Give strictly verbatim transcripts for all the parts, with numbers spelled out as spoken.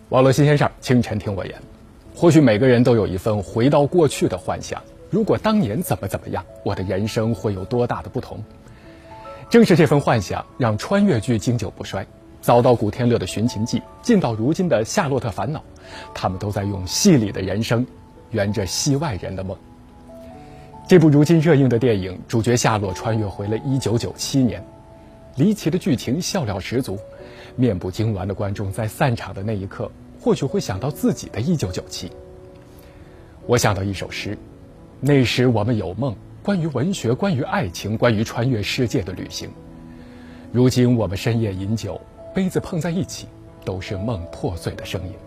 网络新鲜事儿，清晨听我言。或许每个人都有一份回到过去的幻想，如果当年怎么怎么样，我的人生会有多大的不同。正是这份幻想，让穿越剧经久不衰。早到古天乐的《寻秦记》，近到如今的《夏洛特烦恼》，他们都在用戏里的人生圆着戏外人的梦。这部如今热映的电影，主角夏洛穿越回了一九九七年，离奇的剧情笑料十足，面部痉挛的观众在散场的那一刻，或许会想到自己的一九九七。我想到一首诗：那时我们有梦，关于文学，关于爱情，关于穿越世界的旅行。如今我们深夜饮酒，杯子碰在一起，都是梦破碎的声音。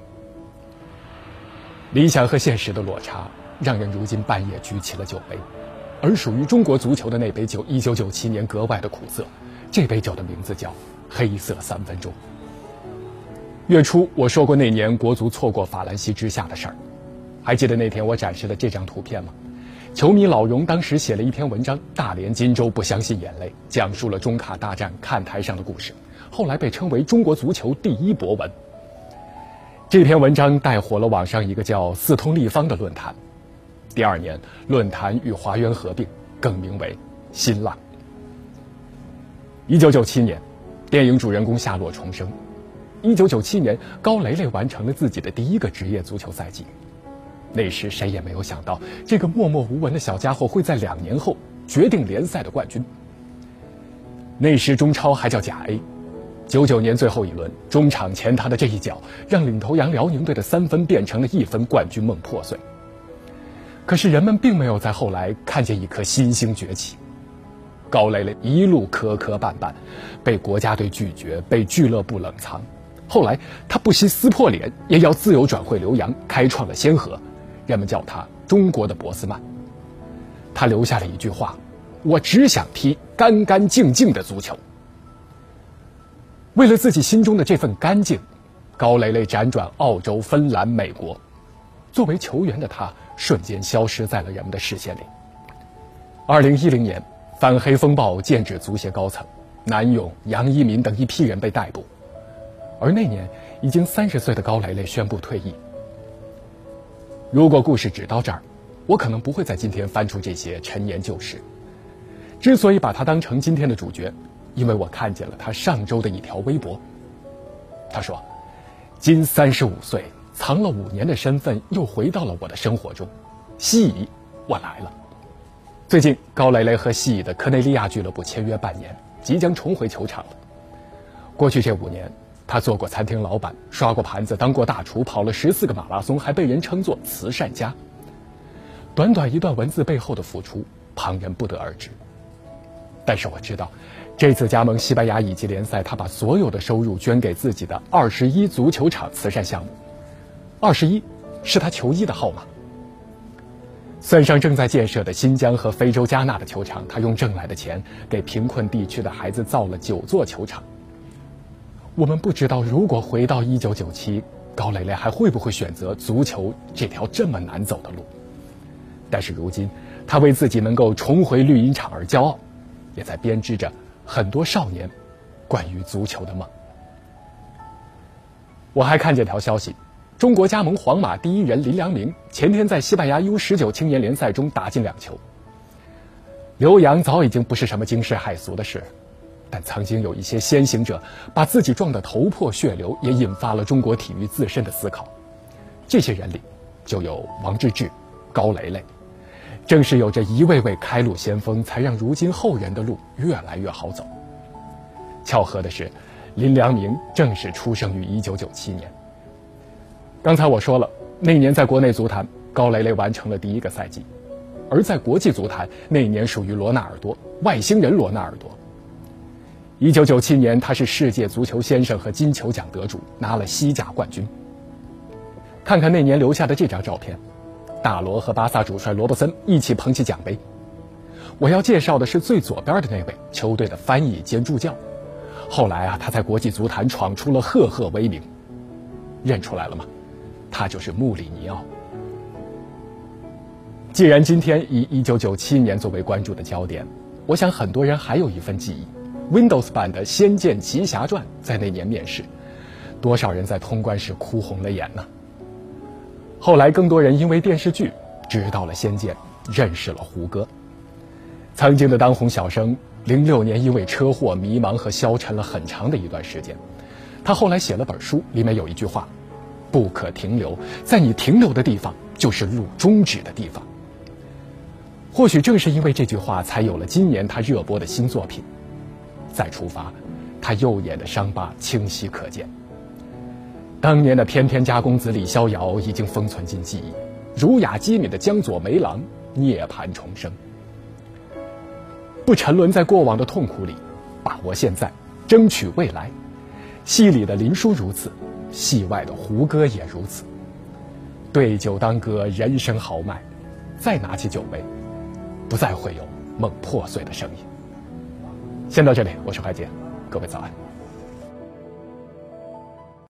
理想和现实的落差，让人如今半夜举起了酒杯，而属于中国足球的那杯酒，一九九七年格外的苦涩。这杯酒的名字叫黑色三分钟。月初我说过那年国足错过法兰西之下的事儿，还记得那天我展示的这张图片吗？球迷老荣当时写了一篇文章《大连金州不相信眼泪》，讲述了中卡大战看台上的故事，后来被称为中国足球第一博文。这篇文章带火了网上一个叫四通立方的论坛，第二年论坛与华渊合并，更名为新浪。一九九七年，电影主人公夏洛重生。一九九七年，高雷雷完成了自己的第一个职业足球赛季。那时谁也没有想到，这个默默无闻的小家伙会在两年后决定联赛的冠军。那时中超还叫甲 A， 九九年最后一轮，中场前他的这一脚，让领头羊辽宁队的三分变成了一分，冠军梦破碎。可是人们并没有在后来看见一颗新星崛起。高雷雷一路磕磕绊绊，被国家队拒绝，被俱乐部冷藏。后来他不惜撕破脸，也要自由转会留洋，开创了先河。人们叫他中国的博斯曼。他留下了一句话：我只想踢干干净净的足球。为了自己心中的这份干净，高雷雷辗转澳洲、芬兰、美国。作为球员的他，瞬间消失在了人们的视线里。二零一零年，反黑风暴剑指足协高层，南勇、杨一民等一批人被逮捕。而那年已经三十岁的高雷雷宣布退役。如果故事只到这儿，我可能不会在今天翻出这些陈年旧事。之所以把他当成今天的主角，因为我看见了他上周的一条微博。他说：今三十五岁，藏了五年的身份又回到了我的生活中，西乙，我来了。最近高雷雷和西乙的科内利亚俱乐部签约半年，即将重回球场了。过去这五年，他做过餐厅老板，刷过盘子，当过大厨，跑了十四个马拉松，还被人称作慈善家。短短一段文字背后的付出，旁人不得而知。但是我知道，这次加盟西班牙乙级联赛，他把所有的收入捐给自己的二十一足球场慈善项目。二十一是他球衣的号码。算上正在建设的新疆和非洲加纳的球场，他用挣来的钱给贫困地区的孩子造了九座球场。我们不知道，如果回到一九九七，高雷雷还会不会选择足球这条这么难走的路？但是如今，他为自己能够重回绿茵场而骄傲，也在编织着很多少年关于足球的梦。我还看见条消息，中国加盟皇马第一人林良铭前天在西班牙 U 十九 青年联赛中打进两球。留洋早已经不是什么惊世骇俗的事，但曾经有一些先行者把自己撞得头破血流，也引发了中国体育自身的思考。这些人里就有王治郅、高雷雷，正是有着一位位开路先锋，才让如今后人的路越来越好走。巧合的是，林良铭正是出生于一九九七年。刚才我说了，那年在国内足坛，高雷雷完成了第一个赛季，而在国际足坛，那年属于罗纳尔多，外星人罗纳尔多。一九九七年，他是世界足球先生和金球奖得主，拿了西甲冠军。看看那年留下的这张照片，大罗和巴萨主帅罗伯森一起捧起奖杯。我要介绍的是最左边的那位，球队的翻译兼助教。后来啊，他在国际足坛闯出了赫赫威名。认出来了吗？他就是穆里尼奥。既然今天以一九九七年作为关注的焦点，我想很多人还有一份记忆。Windows 版的《仙剑奇侠传》在那年面世， 多少人在通关时哭红了眼呢？后来更多人因为电视剧知道了《仙剑》，认识了胡歌。曾经的当红小生，零六年因为车祸迷茫和消沉了很长的一段时间。他后来写了本书，里面有一句话：不可停留，在你停留的地方就是路终止的地方。或许正是因为这句话，才有了今年他热播的新作品《再出发》。他右眼的伤疤清晰可见。当年的翩翩家公子李逍遥已经封存进记忆，儒雅机敏的江左梅郎涅槃重生。不沉沦在过往的痛苦里，把握现在，争取未来。戏里的林殊如此，戏外的胡歌也如此。对酒当歌，人生豪迈，再拿起酒杯，不再会有梦破碎的声音。先到这里，我是怀杰，各位早安。